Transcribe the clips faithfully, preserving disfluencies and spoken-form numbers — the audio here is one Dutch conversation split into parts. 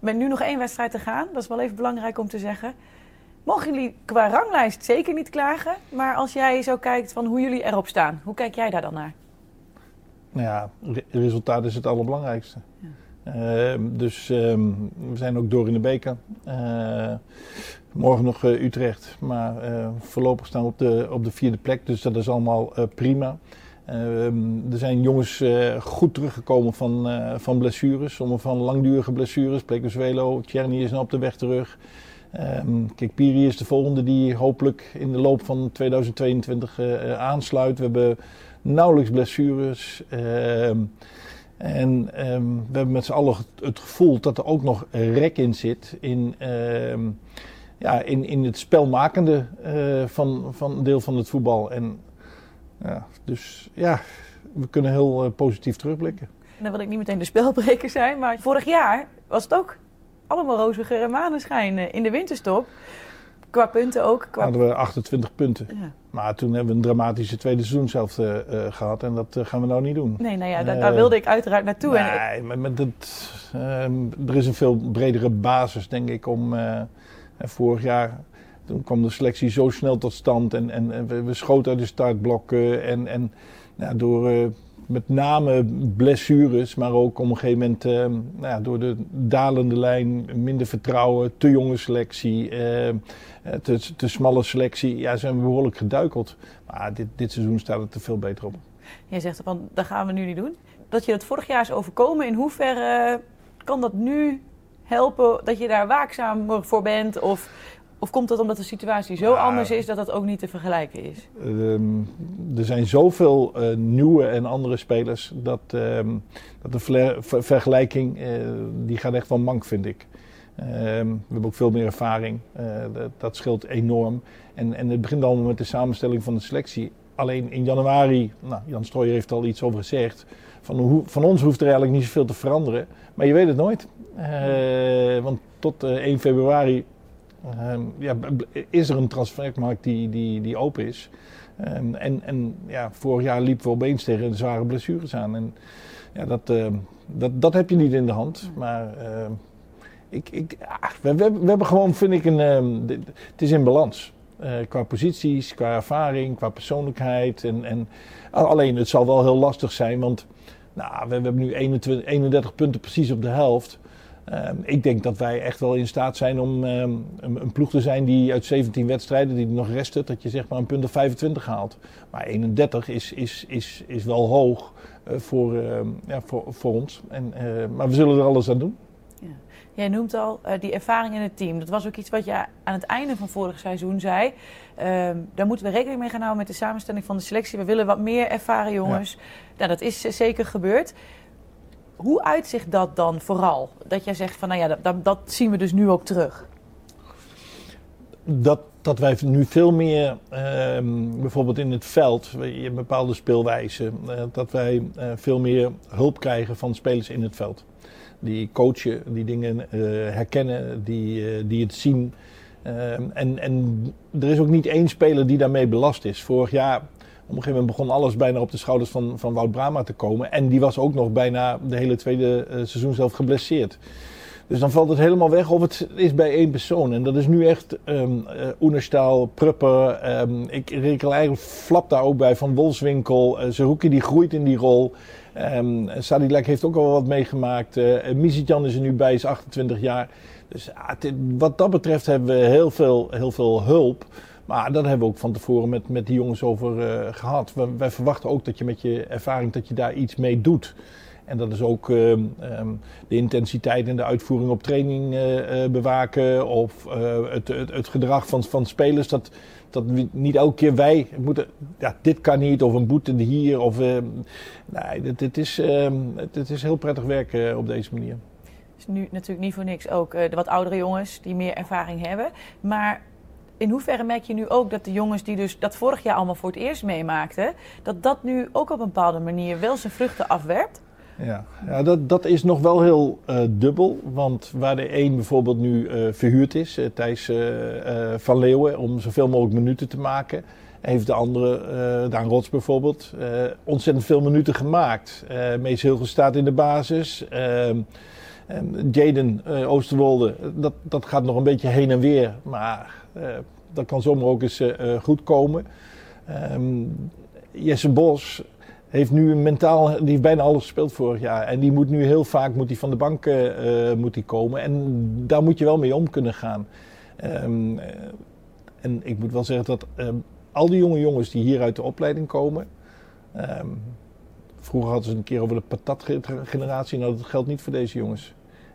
Met nu nog één wedstrijd te gaan, dat is wel even belangrijk om te zeggen. Mogen jullie qua ranglijst zeker niet klagen, maar als jij zo kijkt van hoe jullie erop staan, hoe kijk jij daar dan naar? Nou ja, re- resultaat is het allerbelangrijkste. Ja. Uh, dus uh, we zijn ook door in de beker. Uh, morgen nog uh, Utrecht, maar uh, voorlopig staan we op de, op de vierde plek, dus dat is allemaal uh, prima. Uh, er zijn jongens uh, goed teruggekomen van, uh, van blessures, sommige van langdurige blessures. Plekosuelo, Tjerni is nou op de weg terug. Um, kijk, Piri is de volgende die hopelijk in de loop van tweeduizend tweeëntwintig uh, aansluit. We hebben nauwelijks blessures. Uh, en um, we hebben met z'n allen het gevoel dat er ook nog rek in zit in, uh, ja, in, in het spelmakende uh, van, van een deel van het voetbal. En, ja, dus ja, we kunnen heel uh, positief terugblikken. En dan wil ik niet meteen de spelbreker zijn, maar vorig jaar was het ook allemaal roze geur en maneschijn in de winterstop. Qua punten ook. Qua... Hadden we achtentwintig punten. Ja. Maar toen hebben we een dramatische tweede seizoen zelf uh, gehad en dat uh, gaan we nou niet doen. Nee, nou ja, da- uh, daar wilde ik uiteraard naartoe. Nee, en ik... maar met het, uh, er is een veel bredere basis, denk ik, om uh, vorig jaar. Toen kwam de selectie zo snel tot stand en, en, en we, we schoten uit de startblokken en, en ja, door uh, met name blessures, maar ook op een gegeven moment uh, nou ja, door de dalende lijn, minder vertrouwen, te jonge selectie, uh, te, te smalle selectie, ja, zijn we behoorlijk geduikeld. Maar dit, dit seizoen staat het er veel beter op. Jij zegt van, dat gaan we nu niet doen. Dat je het vorig jaar is overkomen, in hoeverre kan dat nu helpen dat je daar waakzamer voor bent? Of... Of komt dat omdat de situatie zo ja, anders is dat dat ook niet te vergelijken is? Um, er zijn zoveel uh, nieuwe en andere spelers dat, um, dat de ver- ver- vergelijking uh, die gaat echt wel mank, vind ik. Um, we hebben ook veel meer ervaring. Uh, dat, dat scheelt enorm. En, en het begint allemaal met de samenstelling van de selectie. Alleen in januari, nou, Jan Strooijer heeft al iets over gezegd. Van, hoe, van ons hoeft er eigenlijk niet zoveel te veranderen. Maar je weet het nooit. Uh, want tot uh, één februari... Um, ja, is er een transfermarkt die, die, die open is. Um, en en ja, vorig jaar liepen we opeens tegen zware blessures aan. En ja, dat, uh, dat, dat heb je niet in de hand. Maar uh, ik, ik, ah, we, we, we hebben gewoon, vind ik, een, um, dit, het is in balans. Uh, qua posities, qua ervaring, qua persoonlijkheid. En, en, alleen het zal wel heel lastig zijn, want nou, we, we hebben nu eenentwintig, eenendertig punten precies op de helft. Um, ik denk dat wij echt wel in staat zijn om um, een, een ploeg te zijn die uit zeventien wedstrijden die er nog resten, dat je zeg maar een punt of vijfentwintig haalt. Maar eenendertig is, is, is, is wel hoog uh, voor, uh, ja, voor, voor ons. En, uh, maar we zullen er alles aan doen. Ja. Jij noemt al uh, die ervaring in het team. Dat was ook iets wat je aan het einde van vorig seizoen zei. Um, daar moeten we rekening mee gaan houden met de samenstelling van de selectie. We willen wat meer ervaren jongens. Ja. Nou, dat is uh, zeker gebeurd. Hoe uitzicht dat dan vooral? Dat jij zegt van, nou ja, dat, dat zien we dus nu ook terug. Dat, dat wij nu veel meer, uh, bijvoorbeeld in het veld, je hebt bepaalde speelwijzen, uh, dat wij uh, veel meer hulp krijgen van spelers in het veld. Die coachen, die dingen uh, herkennen, die, uh, die het zien. Uh, en, en er is ook niet één speler die daarmee belast is. Vorig jaar... Op een gegeven moment begon alles bijna op de schouders van, van Wout Brama te komen. En die was ook nog bijna de hele tweede uh, seizoen zelf geblesseerd. Dus dan valt het helemaal weg of het is bij één persoon. En dat is nu echt um, uh, Oenerstal, Prupper. Um, ik reken eigenlijk Flap daar ook bij van Wolfswinkel. Uh, Zerouki die groeit in die rol. Um, Sadilek heeft ook al wat meegemaakt. Uh, Misitjan is er nu bij, is achtentwintig jaar. Dus uh, t- wat dat betreft hebben we heel veel, heel veel hulp. Maar dat hebben we ook van tevoren met, met die jongens over uh, gehad. We, wij verwachten ook dat je met je ervaring dat je daar iets mee doet. En dat is ook uh, um, de intensiteit en de uitvoering op training uh, uh, bewaken. Of uh, het, het, het gedrag van, van spelers. Dat, dat niet elke keer wij moeten, ja, dit kan niet, of een boete hier. Of, uh, nee, dit, dit, is, uh, dit is heel prettig werken uh, op deze manier. Het is nu natuurlijk niet voor niks ook uh, de wat oudere jongens die meer ervaring hebben. Maar in hoeverre merk je nu ook dat de jongens die dus dat vorig jaar allemaal voor het eerst meemaakten, dat dat nu ook op een bepaalde manier wel zijn vruchten afwerpt? Ja, ja dat, dat is nog wel heel uh, dubbel. Want waar de een bijvoorbeeld nu uh, verhuurd is, uh, Thijs uh, uh, van Leeuwen, om zoveel mogelijk minuten te maken, heeft de andere, uh, Daan Rots bijvoorbeeld, uh, ontzettend veel minuten gemaakt. Uh, Mees Hilgers staat in de basis. Uh, Um, Jaden uh, Oosterwolde, dat, dat gaat nog een beetje heen en weer. Maar uh, dat kan zomaar ook eens uh, goed komen. Um, Jesse Bos heeft nu een mentaal, die heeft bijna alles gespeeld vorig jaar. En die moet nu heel vaak moet die van de bank uh, moet die komen. En daar moet je wel mee om kunnen gaan. Um, uh, en ik moet wel zeggen dat um, al die jonge jongens die hier uit de opleiding komen. Um, vroeger hadden ze een keer over de patatgeneratie. Nou, dat geldt niet voor deze jongens.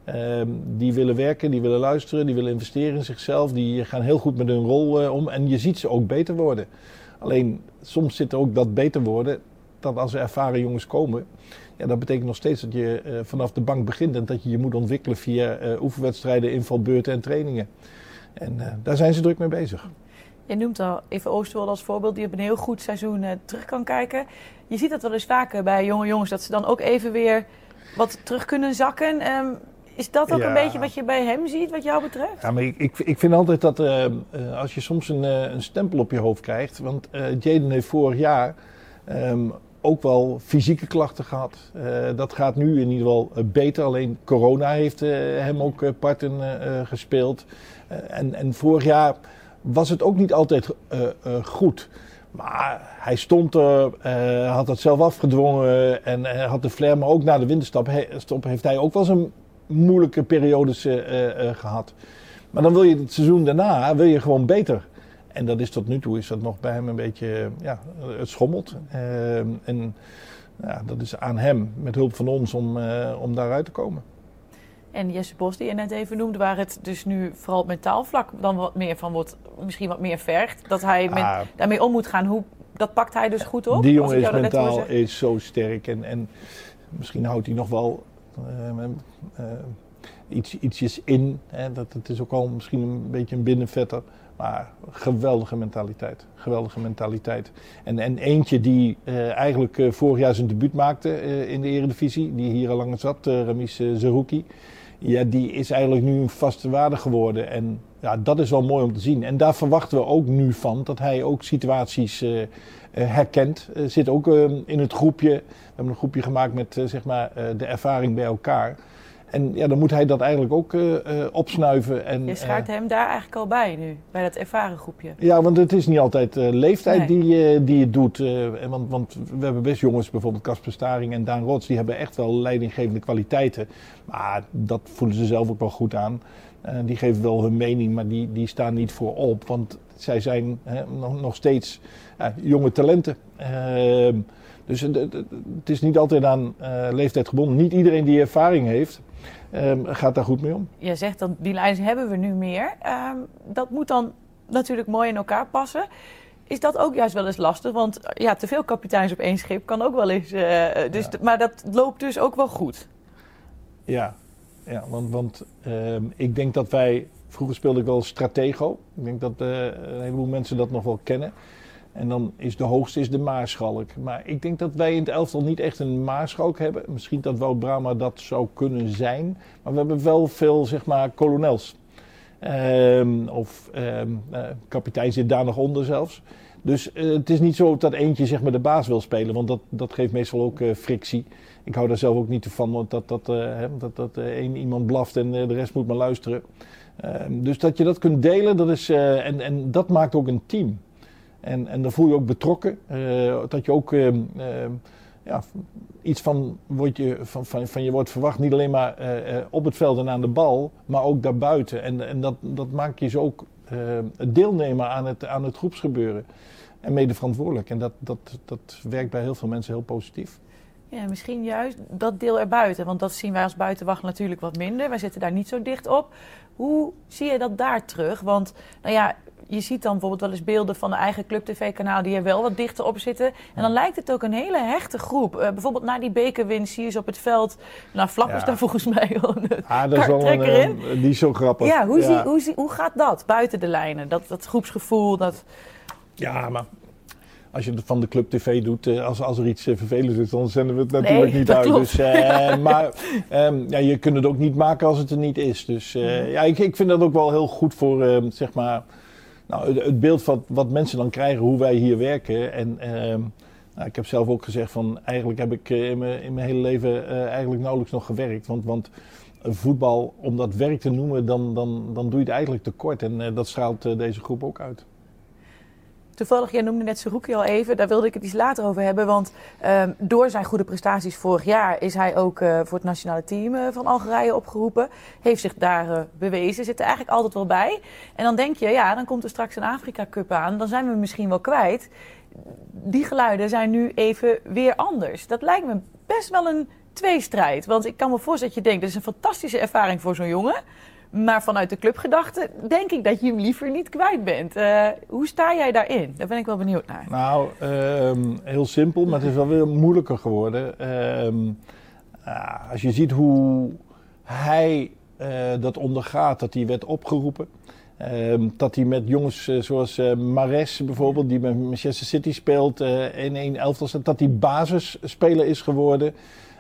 Um, die willen werken, die willen luisteren, die willen investeren in zichzelf. Die gaan heel goed met hun rol uh, om. En je ziet ze ook beter worden. Alleen soms zit er ook dat beter worden. Dat als er ervaren jongens komen, ja, dat betekent nog steeds dat je uh, vanaf de bank begint en dat je je moet ontwikkelen via uh, oefenwedstrijden, invalbeurten en trainingen. En uh, daar zijn ze druk mee bezig. Je noemt al even Oosterwolde als voorbeeld die op een heel goed seizoen uh, terug kan kijken. Je ziet dat wel eens vaker bij jonge jongens, dat ze dan ook even weer wat terug kunnen zakken. Um, is dat ook ja. een beetje wat je bij hem ziet, wat jou betreft? Ja, maar ik, ik, ik vind altijd dat uh, uh, als je soms een, uh, een stempel op je hoofd krijgt, want uh, Jaden heeft vorig jaar um, ook wel fysieke klachten gehad. Uh, dat gaat nu in ieder geval uh, beter. Alleen corona heeft uh, hem ook uh, parten uh, gespeeld. Uh, en, en vorig jaar was het ook niet altijd uh, uh, goed. Maar hij stond er, uh, had het zelf afgedwongen en uh, had de flair. Maar ook na de winterstop he, stop, heeft hij ook wel zijn moeilijke periodes uh, uh, gehad. Maar dan wil je het seizoen daarna wil je gewoon beter. En dat is tot nu toe is dat nog bij hem een beetje, ja, het schommelt. Uh, en ja, dat is aan hem, met hulp van ons, om, uh, om daaruit te komen. En Jesse Bos, die je net even noemde, waar het dus nu vooral op mentaal vlak dan wat meer van wordt, misschien wat meer vergt. Dat hij met, ah, daarmee om moet gaan. Hoe, dat pakt hij dus goed op? Die jongen is mentaal is zo sterk. En, en misschien houdt hij nog wel uh, uh, iets, ietsjes in. Hè. Dat, het is ook al misschien een beetje een binnenvetter. Maar geweldige mentaliteit. Geweldige mentaliteit. En, en eentje die uh, eigenlijk uh, vorig jaar zijn debuut maakte uh, in de Eredivisie. Die hier al lang zat, uh, Ramis uh, Zerouki. Ja, die is eigenlijk nu een vaste waarde geworden. En ja, dat is wel mooi om te zien. En daar verwachten we ook nu van dat hij ook situaties uh, uh, herkent. Uh, zit ook uh, in het groepje. We hebben een groepje gemaakt met uh, zeg maar, uh, de ervaring bij elkaar. En ja, dan moet hij dat eigenlijk ook uh, uh, opsnuiven. En, je schaart uh, hem daar eigenlijk al bij nu, bij dat ervaren groepje. Ja, want het is niet altijd uh, leeftijd nee. die, uh, die het doet. Uh, want, want we hebben best jongens, bijvoorbeeld Casper Staring en Daan Rots, die hebben echt wel leidinggevende kwaliteiten. Maar dat voelen ze zelf ook wel goed aan. Uh, die geven wel hun mening, maar die, die staan niet voorop. Want zij zijn hè, nog, nog steeds uh, jonge talenten. Uh, dus uh, het is niet altijd aan uh, leeftijd gebonden. Niet iedereen die ervaring heeft, Um, gaat daar goed mee om. Je zegt dat die leiders hebben we nu meer. Um, dat moet dan natuurlijk mooi in elkaar passen. Is dat ook juist wel eens lastig? Want ja, te veel kapiteins op één schip kan ook wel eens. Uh, dus ja. Maar dat loopt dus ook wel goed. Ja, ja want, want um, ik denk dat wij... Vroeger speelde ik wel stratego. Ik denk dat uh, een heleboel mensen dat nog wel kennen. En dan is de hoogste is de maarschalk. Maar ik denk dat wij in het elftal niet echt een maarschalk hebben. Misschien dat Wout Brama dat zou kunnen zijn. Maar we hebben wel veel, zeg maar, kolonels. Um, of um, uh, kapitein zit daar nog onder zelfs. Dus uh, het is niet zo dat eentje zeg maar de baas wil spelen. Want dat, dat geeft meestal ook uh, frictie. Ik hou daar zelf ook niet van. Want dat, dat, uh, hè, dat, dat uh, één iemand blaft en uh, de rest moet maar luisteren. Um, dus dat je dat kunt delen. Dat is, uh, en, en dat maakt ook een team. En, en dan voel je ook betrokken, uh, dat je ook uh, uh, ja, iets van, word je, van, van, van je wordt verwacht, niet alleen maar uh, uh, op het veld en aan de bal, maar ook daarbuiten. En, en dat, dat maakt je zo ook uh, deelnemer aan het, aan het groepsgebeuren en mede verantwoordelijk. En dat, dat, dat werkt bij heel veel mensen heel positief. Ja, misschien juist dat deel erbuiten, want dat zien wij als buitenwacht natuurlijk wat minder. Wij zitten daar niet zo dicht op. Hoe zie je dat daar terug? Want nou ja, je ziet dan bijvoorbeeld wel eens beelden van de eigen Club T V-kanaal die er wel wat dichter op zitten. En dan lijkt het ook een hele hechte groep. Uh, bijvoorbeeld na die bekerwinst zie je ze op het veld. Nou, Flappers ja. daar volgens mij al een ah, dat is wel een, in. Uh, die is zo grappig. Ja, hoe, ja. Zie, hoe, zie, hoe gaat dat buiten de lijnen? Dat, dat groepsgevoel, dat... Ja, maar... Als je het van de Club T V doet, als, als er iets uh, vervelends is, dan zenden we het natuurlijk nee, niet uit. Dus, uh, maar um, ja, je kunt het ook niet maken als het er niet is. Dus uh, mm-hmm. ja, ik, ik vind dat ook wel heel goed voor uh, zeg maar, nou, het, het beeld van wat mensen dan krijgen, hoe wij hier werken. En uh, nou, ik heb zelf ook gezegd van, eigenlijk heb ik uh, in, mijn, in mijn hele leven uh, eigenlijk nauwelijks nog gewerkt. Want, want voetbal, om dat werk te noemen, dan, dan, dan doe je het eigenlijk tekort. En uh, dat straalt uh, deze groep ook uit. Toevallig, jij noemde net Seruki al even, daar wilde ik het iets later over hebben. Want um, door zijn goede prestaties vorig jaar is hij ook uh, voor het nationale team uh, van Algerije opgeroepen. Heeft zich daar uh, bewezen, zit er eigenlijk altijd wel bij. En dan denk je, ja, dan komt er straks een Afrika Cup aan, dan zijn we hem misschien wel kwijt. Die geluiden zijn nu even weer anders. Dat lijkt me best wel een tweestrijd. Want ik kan me voorstellen dat je denkt, dit is een fantastische ervaring voor zo'n jongen. Maar vanuit de clubgedachte denk ik dat je hem liever niet kwijt bent. Uh, hoe sta jij daarin? Daar ben ik wel benieuwd naar. Nou, um, heel simpel, maar het is wel weer moeilijker geworden. Um, uh, als je ziet hoe hij uh, dat ondergaat, dat hij werd opgeroepen. Um, dat hij met jongens uh, zoals uh, Mahrez bijvoorbeeld, die met Manchester City speelt, uh, in één elftal staat, dat hij basisspeler is geworden.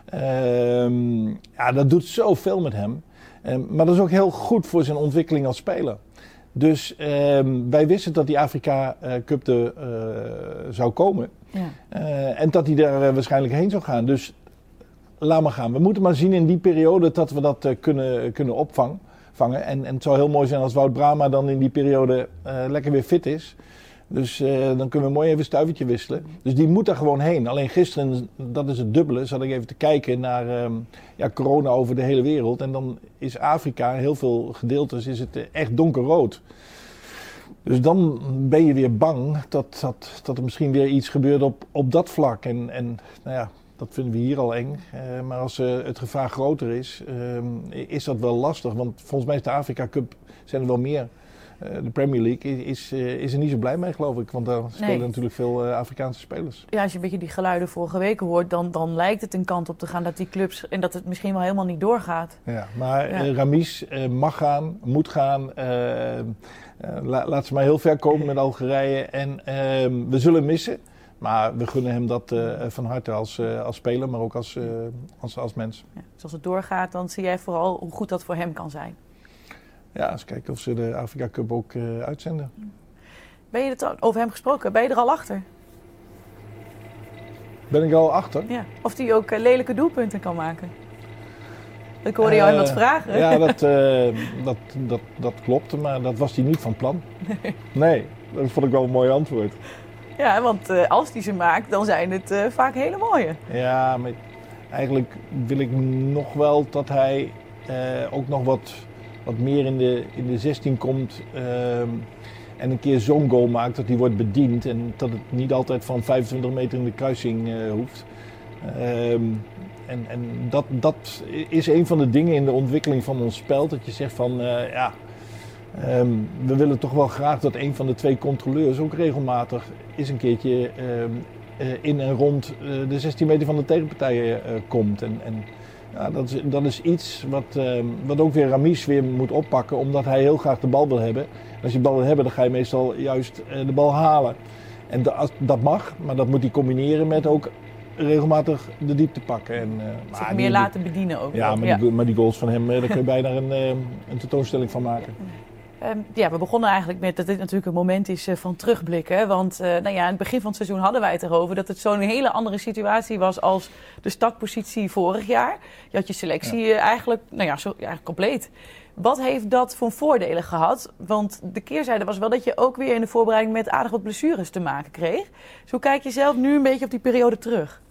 Um, ja, dat doet zoveel met hem. Um, maar dat is ook heel goed voor zijn ontwikkeling als speler. Dus um, wij wisten dat die Afrika uh, Cup er uh, zou komen. Ja. Uh, en dat hij daar uh, waarschijnlijk heen zou gaan. Dus laat maar gaan. We moeten maar zien in die periode dat we dat uh, kunnen, kunnen opvangen. Vangen. En, en het zou heel mooi zijn als Wout Brama dan in die periode uh, lekker weer fit is. Dus uh, dan kunnen we mooi even een stuivertje wisselen. Dus die moet daar gewoon heen. Alleen gisteren, dat is het dubbele, zat ik even te kijken naar um, ja, corona over de hele wereld. En dan is Afrika, heel veel gedeeltes, is het echt donkerrood. Dus dan ben je weer bang dat, dat, dat er misschien weer iets gebeurt op, op dat vlak. En, en nou ja, dat vinden we hier al eng. Uh, maar als uh, het gevaar groter is, uh, is dat wel lastig. Want volgens mij is de Afrika Cup, zijn er wel meer. De Premier League is, is er niet zo blij mee, geloof ik. Want daar spelen nee. natuurlijk veel uh, Afrikaanse spelers. Ja, als je een beetje die geluiden vorige weken hoort, dan, dan lijkt het een kant op te gaan dat die clubs, en dat het misschien wel helemaal niet doorgaat. Ja, maar ja. Uh, Ramis uh, mag gaan, moet gaan. Uh, uh, la, laat ze maar heel ver komen met Algerije. En uh, we zullen missen. Maar we gunnen hem dat uh, van harte als, uh, als speler, maar ook als, uh, als, als mens. Ja, dus als het doorgaat, dan zie jij vooral hoe goed dat voor hem kan zijn. Ja, eens kijken of ze de Afrika Cup ook uh, uitzenden. Ben je het over hem gesproken? Ben je er al achter? Ben ik er al achter? Ja. Of hij ook uh, lelijke doelpunten kan maken? Ik hoorde jou uh, hem wat vragen. Ja, dat, uh, dat, dat, dat klopte, maar dat was hij niet van plan. Nee. Nee, dat vond ik wel een mooi antwoord. Ja, want uh, als hij ze maakt, dan zijn het uh, vaak hele mooie. Ja, maar eigenlijk wil ik nog wel dat hij uh, ook nog wat... wat meer in de, in de zestien komt um, en een keer zo'n goal maakt dat hij wordt bediend en dat het niet altijd van vijfentwintig meter in de kruising uh, hoeft. Um, en en dat, dat is een van de dingen in de ontwikkeling van ons spel, dat je zegt van uh, ja, um, we willen toch wel graag dat een van de twee controleurs ook regelmatig eens een keertje um, uh, in en rond uh, de zestien meter van de tegenpartij uh, komt. En, en, Ja, dat, is, dat is iets wat, uh, wat ook weer Ramis weer moet oppakken, omdat hij heel graag de bal wil hebben. En als je de bal wil hebben, dan ga je meestal juist uh, de bal halen. En da, dat mag, maar dat moet hij combineren met ook regelmatig de diepte pakken. En, uh, Zich meer die, laten bedienen ook. Ja, maar, ja. Die, maar die goals van hem, uh, daar kun je bijna een, uh, een tentoonstelling van maken. Um, ja, we begonnen eigenlijk met dat dit natuurlijk een moment is uh, van terugblikken. Want uh, nou ja, in het begin van het seizoen hadden wij het erover dat het zo'n hele andere situatie was als de startpositie vorig jaar. Je had je selectie ja. uh, eigenlijk, nou ja, zo, ja, eigenlijk compleet. Wat heeft dat voor voordelen gehad? Want de keerzijde was wel dat je ook weer in de voorbereiding met aardig wat blessures te maken kreeg. Dus hoe kijk je zelf nu een beetje op die periode terug?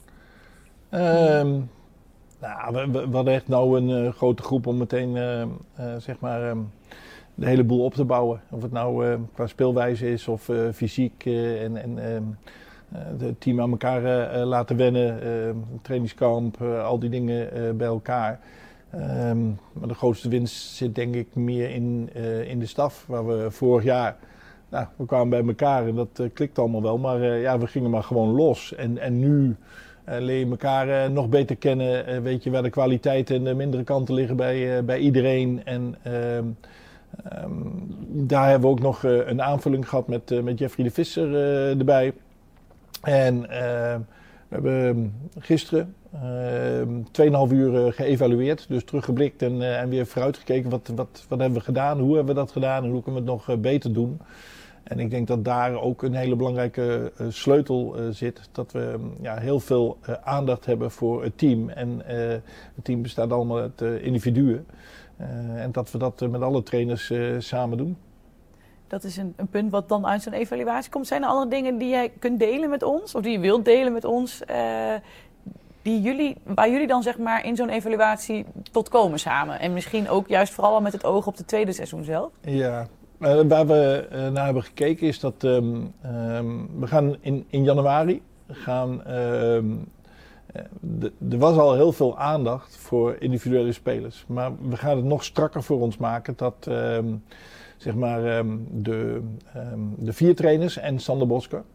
Um, nou, we, we hadden echt nou een uh, grote groep om meteen, uh, uh, zeg maar... Um, de hele boel op te bouwen. Of het nou uh, qua speelwijze is of uh, fysiek uh, en, en uh, het team aan elkaar uh, laten wennen, uh, trainingskamp, uh, al die dingen uh, bij elkaar. Um, maar de grootste winst zit denk ik meer in, uh, in de staf, waar we vorig jaar, nou, we kwamen bij elkaar en dat uh, klikt allemaal wel, maar uh, ja, we gingen maar gewoon los. En, en nu uh, leer je elkaar uh, nog beter kennen, uh, weet je waar de kwaliteiten en de mindere kanten liggen bij, uh, bij iedereen. En uh, Um, daar hebben we ook nog uh, een aanvulling gehad met, uh, met Jeffrey de Visser uh, erbij. En uh, we hebben gisteren uh, tweeënhalf uur uh, geëvalueerd, dus teruggeblikt en, uh, en weer vooruitgekeken. Wat, wat, wat hebben we gedaan, hoe hebben we dat gedaan en hoe kunnen we het nog uh, beter doen. En ik denk dat daar ook een hele belangrijke uh, sleutel uh, zit. Dat we um, ja, heel veel uh, aandacht hebben voor het team. En uh, het team bestaat allemaal uit uh, individuen. Uh, en dat we dat uh, met alle trainers uh, samen doen. Dat is een, een punt wat dan uit zo'n evaluatie komt. Zijn er andere dingen die jij kunt delen met ons? Of die je wilt delen met ons? Uh, die jullie, waar jullie dan zeg maar in zo'n evaluatie tot komen samen? En misschien ook juist vooral met het oog op het tweede seizoen zelf? Ja, uh, waar we uh, naar hebben gekeken is dat um, um, we gaan in, in januari gaan... Um, De, er was al heel veel aandacht voor individuele spelers. Maar we gaan het nog strakker voor ons maken dat um, zeg maar, um, de, um, de vier trainers en Sander Bosker.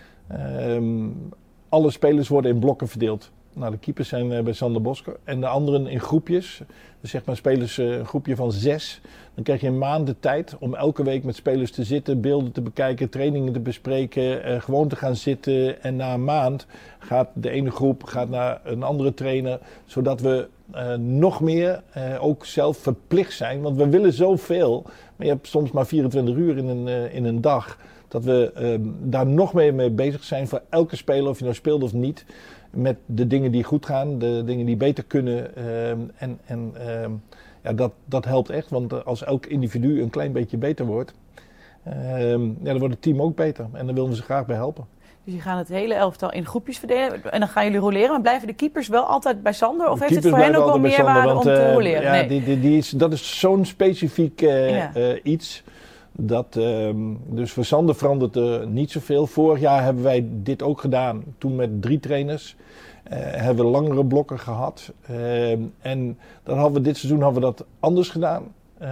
Um, alle spelers worden in blokken verdeeld. Nou, de keepers zijn uh, bij Sander Bosker. En de anderen in groepjes. Dus zeg maar spelers, uh, een groepje van zes. Dan krijg je een maand de tijd om elke week met spelers te zitten, beelden te bekijken, trainingen te bespreken, uh, gewoon te gaan zitten. En na een maand gaat de ene groep gaat naar een andere trainer, zodat we uh, nog meer uh, ook zelf verplicht zijn. Want we willen zoveel, maar je hebt soms maar vierentwintig uur in een, uh, in een dag. Dat we uh, daar nog meer mee bezig zijn voor elke speler, of je nou speelt of niet. Met de dingen die goed gaan, de dingen die beter kunnen. Uh, en en uh, ja, dat, dat helpt echt, want als elk individu een klein beetje beter wordt, uh, ja, dan wordt het team ook beter. En daar willen we ze graag bij helpen. Dus je gaat het hele elftal in groepjes verdelen en dan gaan jullie roleren. Maar blijven de keepers wel altijd bij Sander? Of De heeft het voor hen ook wel meerwaarde om te roleren? Uh, ja, nee. die, die, die is, dat is zo'n specifiek uh, ja. uh, iets. Dat, um, dus voor Sander verandert er niet zoveel. Vorig jaar hebben wij dit ook gedaan. Toen met drie trainers. Uh, hebben we langere blokken gehad. Uh, en dan hadden we dit seizoen hadden we dat anders gedaan. Uh,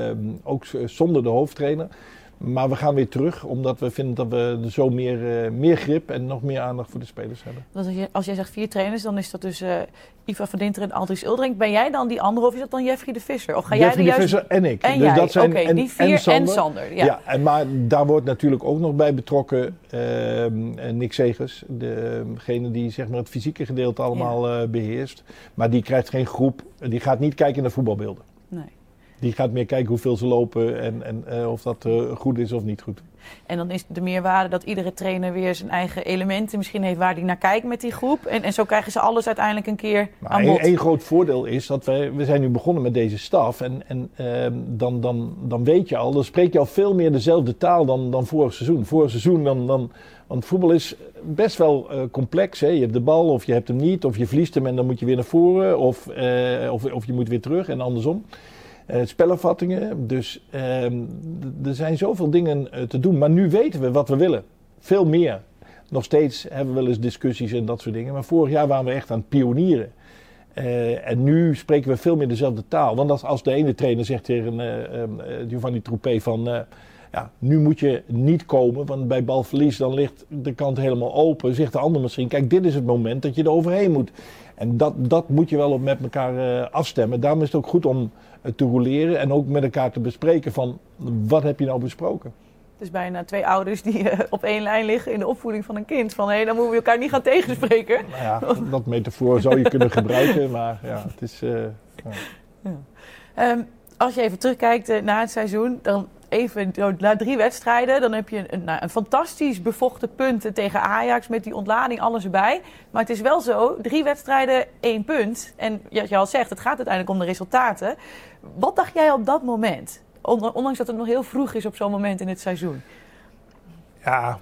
ook zonder de hoofdtrainer. Maar we gaan weer terug, omdat we vinden dat we er zo meer, uh, meer grip en nog meer aandacht voor de spelers hebben. Als, je, als jij zegt vier trainers, dan is dat dus uh, Iva van Dinteren en Aldris Uldrink. Ben jij dan die andere of is dat dan Jeffrey de Visser? Of ga Jeffrey jij de juist... Visser en ik. En dus jij, dat zijn oké, okay, die vier en Sander. En Sander ja. Ja, en maar daar wordt natuurlijk ook nog bij betrokken uh, Nick Segers. Degene die zeg maar, het fysieke gedeelte allemaal ja. uh, beheerst. Maar die krijgt geen groep, die gaat niet kijken naar voetbalbeelden. Nee. Die gaat meer kijken hoeveel ze lopen en, en uh, of dat uh, goed is of niet goed. En dan is de meerwaarde dat iedere trainer weer zijn eigen elementen misschien heeft waar hij naar kijkt met die groep. En, en zo krijgen ze alles uiteindelijk een keer maar aan bod. Een, een groot voordeel is dat wij, we zijn nu begonnen met deze staf. En, en uh, dan, dan, dan weet je al, dan spreek je al veel meer dezelfde taal dan, dan vorig seizoen. Vorig seizoen dan... dan Want voetbal is best wel uh, complex. Hè? Je hebt de bal of je hebt hem niet. Of je verliest hem en dan moet je weer naar voren. Of, uh, of, of je moet weer terug en andersom. Uh, spelervattingen. Dus uh, d- er zijn zoveel dingen uh, te doen. Maar nu weten we wat we willen. Veel meer. Nog steeds hebben we wel eens discussies en dat soort dingen. Maar vorig jaar waren we echt aan het pionieren. Uh, en nu spreken we veel meer dezelfde taal. Want als, als de ene trainer zegt tegen uh, uh, Giovanni Troepé van... Uh, Ja, nu moet je niet komen, want bij balverlies dan ligt de kant helemaal open. Zegt de ander misschien, kijk, dit is het moment dat je er overheen moet. En dat, dat moet je wel op met elkaar uh, afstemmen. Daarom is het ook goed om uh, te roleren en ook met elkaar te bespreken van, wat heb je nou besproken? Het is bijna twee ouders die uh, op één lijn liggen in de opvoeding van een kind. Van, hé, hey, dan moeten we elkaar niet gaan tegenspreken. Nou ja, dat metafoor zou je kunnen gebruiken, maar ja, het is... Uh, ja. Ja. Um, als je even terugkijkt uh, naar het seizoen, dan... Even na drie wedstrijden, dan heb je een, nou, een fantastisch bevochten punten tegen Ajax met die ontlading, alles erbij. Maar het is wel zo, drie wedstrijden, één punt. En wat je al zegt, het gaat uiteindelijk om de resultaten. Wat dacht jij op dat moment? Ondanks dat het nog heel vroeg is op zo'n moment in het seizoen. Ja,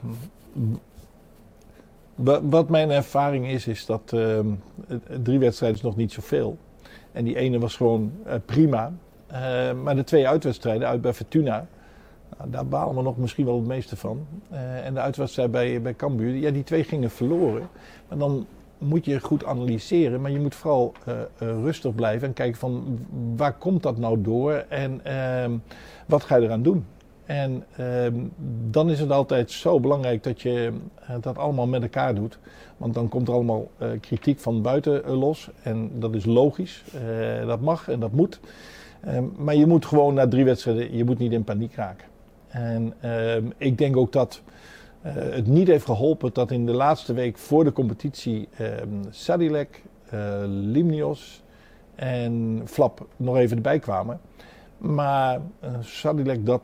wat mijn ervaring is, is dat uh, drie wedstrijden is nog niet zoveel. En die ene was gewoon uh, prima. Uh, maar de twee uitwedstrijden uit bij Fortuna, nou, daar balen we nog misschien wel het meeste van. Uh, en de uitwedstrijd bij, bij Cambuur, ja, die twee gingen verloren. Maar dan moet je goed analyseren, maar je moet vooral uh, uh, rustig blijven en kijken van waar komt dat nou door en uh, wat ga je eraan doen. En uh, dan is het altijd zo belangrijk dat je uh, dat allemaal met elkaar doet. Want dan komt er allemaal uh, kritiek van buiten uh, los en dat is logisch, uh, dat mag en dat moet. Uh, maar je moet gewoon na drie wedstrijden, je moet niet in paniek raken. En uh, ik denk ook dat uh, het niet heeft geholpen dat in de laatste week voor de competitie uh, Sadilek, uh, Limnios en Flap nog even erbij kwamen. Maar uh, Sadilek, dat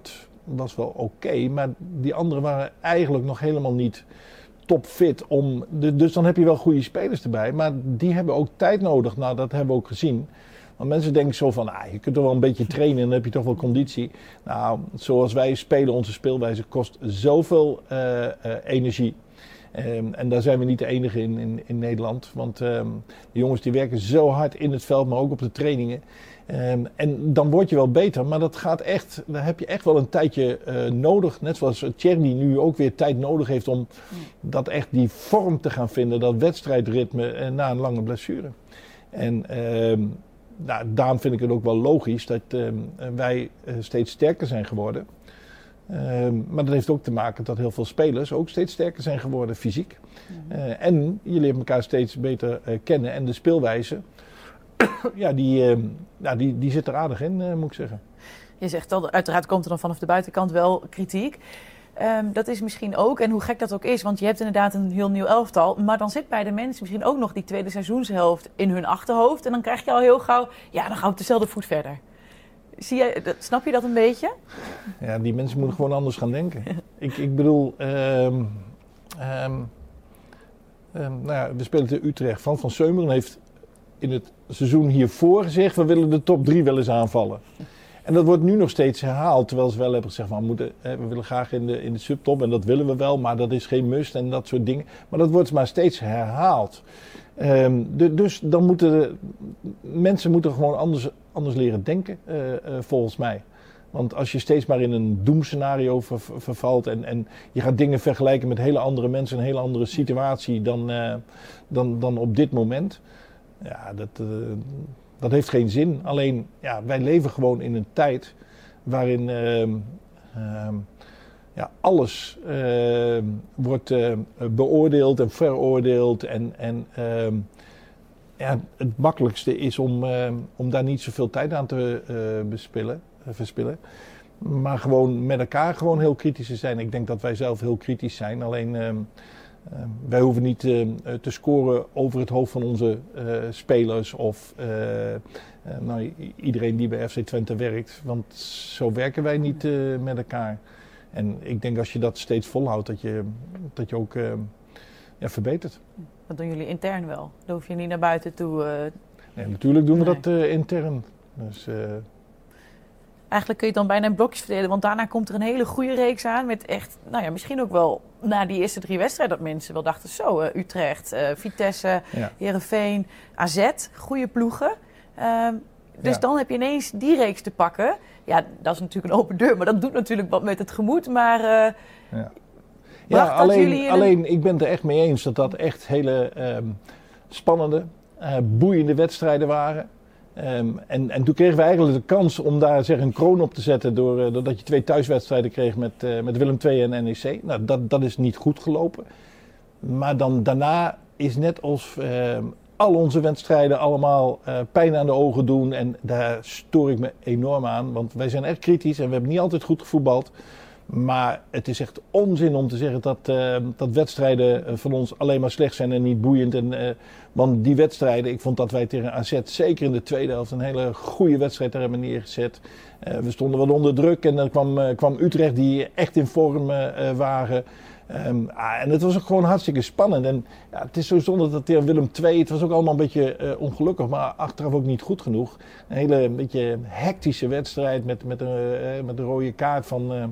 was wel oké. Okay, maar die anderen waren eigenlijk nog helemaal niet topfit. Om, de, dus dan heb je wel goede spelers erbij. Maar die hebben ook tijd nodig. Nou, dat hebben we ook gezien. Want mensen denken zo van, ah, je kunt toch wel een beetje trainen en dan heb je toch wel conditie. Nou, zoals wij spelen, onze speelwijze kost zoveel uh, uh, energie. Um, en daar zijn we niet de enige in, in, in Nederland. Want um, de jongens die werken zo hard in het veld, maar ook op de trainingen. Um, en dan word je wel beter, maar dat gaat echt, daar heb je echt wel een tijdje uh, nodig. Net zoals Tjerni nu ook weer tijd nodig heeft om ja. dat echt die vorm te gaan vinden. Dat wedstrijdritme uh, na een lange blessure. En um, nou, daarom vind ik het ook wel logisch dat um, wij uh, steeds sterker zijn geworden. Um, maar dat heeft ook te maken dat heel veel spelers ook steeds sterker zijn geworden fysiek. Mm-hmm. Uh, en je leert elkaar steeds beter uh, kennen. En de speelwijze, ja, die, uh, nou, die, die zit er aardig in, uh, moet ik zeggen. Je zegt al, uiteraard komt er dan vanaf de buitenkant wel kritiek. Um, dat is misschien ook, en hoe gek dat ook is, want je hebt inderdaad een heel nieuw elftal. Maar dan zit bij de mensen misschien ook nog die tweede seizoenshelft in hun achterhoofd. En dan krijg je al heel gauw, ja, dan gaan we op dezelfde voet verder. Zie je, snap je dat een beetje? Ja, die mensen moeten gewoon anders gaan denken. ik, ik bedoel, um, um, um, nou ja, we spelen tegen Utrecht. Van van Seumeren heeft in het seizoen hiervoor gezegd, we willen de top drie wel eens aanvallen. En dat wordt nu nog steeds herhaald, terwijl ze wel hebben gezegd, van, we, moeten, hè, we willen graag in de, in de subtop en dat willen we wel, maar dat is geen must en dat soort dingen. Maar dat wordt maar steeds herhaald. Um, de, dus dan moeten de, mensen moeten gewoon anders, anders leren denken, uh, uh, volgens mij. Want als je steeds maar in een doemscenario ver, ver, vervalt en, en je gaat dingen vergelijken met hele andere mensen, een hele andere situatie dan, uh, dan, dan op dit moment, ja, dat, uh, dat heeft geen zin. Alleen, ja, wij leven gewoon in een tijd waarin uh, uh, ja, alles uh, wordt uh, beoordeeld en veroordeeld. En, en uh, ja, het makkelijkste is om, uh, om daar niet zoveel tijd aan te uh, bespillen, uh, verspillen. Maar gewoon met elkaar gewoon heel kritisch te zijn. Ik denk dat wij zelf heel kritisch zijn. Alleen uh, uh, wij hoeven niet uh, te scoren over het hoofd van onze uh, spelers of uh, uh, nou, iedereen die bij F C Twente werkt. Want zo werken wij niet uh, met elkaar. En ik denk als je dat steeds volhoudt, dat je, dat je ook uh, ja, verbetert. Dat doen jullie intern wel? Dan hoef je niet naar buiten toe? Uh... Nee, natuurlijk doen we nee. dat uh, intern. Dus, uh... Eigenlijk kun je het dan bijna in blokjes verdelen, want daarna komt er een hele goede reeks aan met echt, nou ja, misschien ook wel na die eerste drie wedstrijden dat mensen wel dachten, zo, uh, Utrecht, uh, Vitesse, ja. Heerenveen, A Z, goede ploegen. Uh, dus ja. dan heb je ineens die reeks te pakken. Ja, dat is natuurlijk een open deur, maar dat doet natuurlijk wat met het gemoed. Maar uh, ja, ja alleen, alleen een... ik ben het er echt mee eens dat dat echt hele um, spannende, uh, boeiende wedstrijden waren. Um, en, en toen kregen we eigenlijk de kans om daar zeg, een kroon op te zetten door, uh, doordat je twee thuiswedstrijden kreeg met, uh, met Willem twee en N E C. Nou, dat, dat is niet goed gelopen. Maar dan daarna is net als uh, al onze wedstrijden allemaal uh, pijn aan de ogen doen. En daar stoor ik me enorm aan. Want wij zijn echt kritisch en we hebben niet altijd goed gevoetbald. Maar het is echt onzin om te zeggen dat, uh, dat wedstrijden van ons alleen maar slecht zijn en niet boeiend. En, uh, want die wedstrijden, ik vond dat wij tegen A Z zeker in de tweede helft een hele goede wedstrijd daar hebben neergezet. Uh, we stonden wel onder druk en dan kwam, uh, kwam Utrecht die echt in vorm uh, waren. Um, ah, en het was ook gewoon hartstikke spannend. En ja, het is zo zonde dat tegen Willem twee, het was ook allemaal een beetje uh, ongelukkig, maar achteraf ook niet goed genoeg. Een hele een beetje hectische wedstrijd met, met, een, uh, met een rode kaart van... Uh,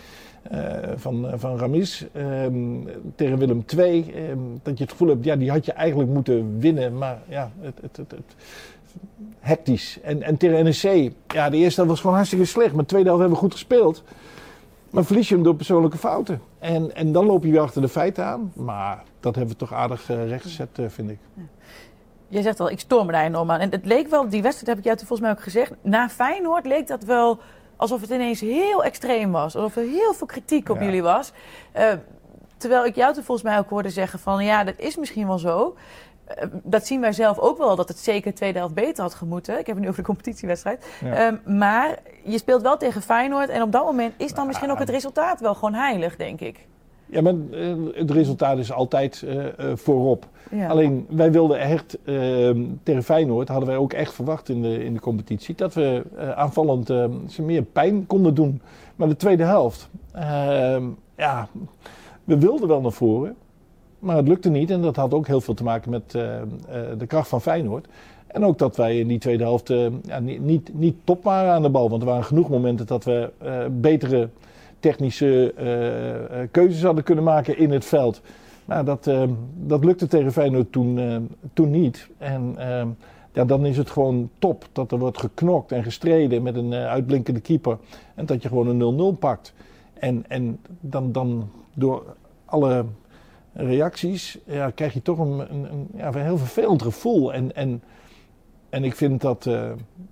Uh, van, uh, van Ramis um, tegen Willem twee. Um, dat je het gevoel hebt, ja, die had je eigenlijk moeten winnen. Maar ja, het, het, het, het hectisch. En, en tegen N E C, ja, de eerste helft was gewoon hartstikke slecht. Maar de tweede helft hebben we goed gespeeld. Maar verlies je hem door persoonlijke fouten. En, en dan loop je weer achter de feiten aan. Maar dat hebben we toch aardig uh, rechtgezet, uh, vind ik. Ja. Jij zegt al, ik stoor me daar enorm aan. En het leek wel, die wedstrijd heb ik jou volgens mij ook gezegd. Na Feyenoord leek dat wel... alsof het ineens heel extreem was. Alsof er heel veel kritiek op ja. jullie was. Uh, terwijl ik jou toen volgens mij ook hoorde zeggen van... ja, dat is misschien wel zo. Uh, dat zien wij zelf ook wel, dat het zeker de tweede helft beter had gemoeten. Ik heb het nu over de competitiewedstrijd. Ja. Um, maar je speelt wel tegen Feyenoord. En op dat moment is dan ja, misschien ook het resultaat wel gewoon heilig, denk ik. Ja, maar uh, het resultaat is altijd uh, uh, voorop. Ja. Alleen, wij wilden echt, uh, tegen Feyenoord hadden wij ook echt verwacht in de, in de competitie, dat we uh, aanvallend uh, ze meer pijn konden doen. Maar de tweede helft, uh, ja, we wilden wel naar voren, maar het lukte niet. En dat had ook heel veel te maken met uh, uh, de kracht van Feyenoord. En ook dat wij in die tweede helft uh, ja, niet, niet, niet top waren aan de bal. Want er waren genoeg momenten dat we uh, betere technische uh, keuzes hadden kunnen maken in het veld. Nou, dat, uh, dat lukte tegen Feyenoord toen, uh, toen niet. En uh, ja, dan is het gewoon top dat er wordt geknokt en gestreden met een uh, uitblinkende keeper. En dat je gewoon een nul nul pakt. En, en dan, dan door alle reacties ja, krijg je toch een, een, een, ja, een heel vervelend gevoel. En, en, en ik vind dat uh,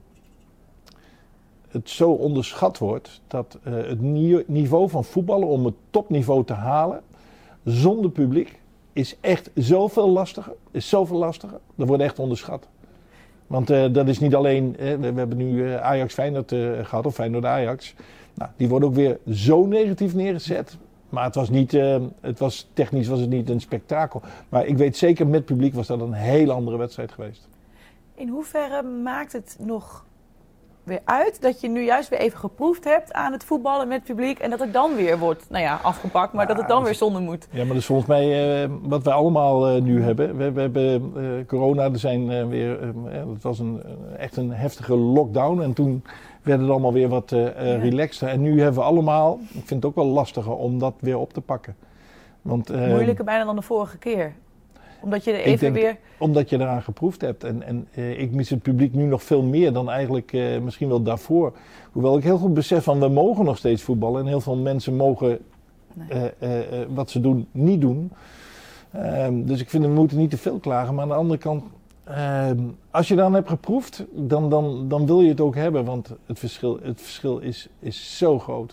het zo onderschat wordt dat uh, het niveau van voetballen om het topniveau te halen zonder publiek is echt zoveel lastiger. Is zoveel lastiger. Dat wordt echt onderschat. Want uh, dat is niet alleen, uh, we hebben nu uh, Ajax Feyenoord uh, gehad, of Feyenoord Ajax. Nou, die worden ook weer zo negatief neergezet. Maar het was niet, uh, het was, technisch was het niet een spektakel. Maar ik weet zeker, met publiek was dat een heel andere wedstrijd geweest. In hoeverre maakt het nog weer uit dat je nu juist weer even geproefd hebt aan het voetballen met publiek en dat het dan weer wordt, nou ja, afgepakt, maar ja, dat het dan weer zonder moet? Ja, maar dat is volgens mij uh, wat wij allemaal uh, nu hebben. We, we hebben uh, corona, er zijn uh, weer, uh, het was een, uh, echt een heftige lockdown en toen werd het allemaal weer wat uh, uh, ja. relaxter. En nu hebben we allemaal, ik vind het ook wel lastiger om dat weer op te pakken. Want, uh, moeilijker bijna dan de vorige keer? Omdat je er even denk, weer... Omdat je eraan geproefd hebt. En, en uh, ik mis het publiek nu nog veel meer dan eigenlijk uh, misschien wel daarvoor. Hoewel ik heel goed besef van we mogen nog steeds voetballen. En heel veel mensen mogen nee. uh, uh, uh, wat ze doen, niet doen. Uh, dus ik vind we moeten niet te veel klagen. Maar aan de andere kant, uh, als je dan hebt geproefd, dan, dan, dan wil je het ook hebben. Want het verschil, het verschil is, is zo groot.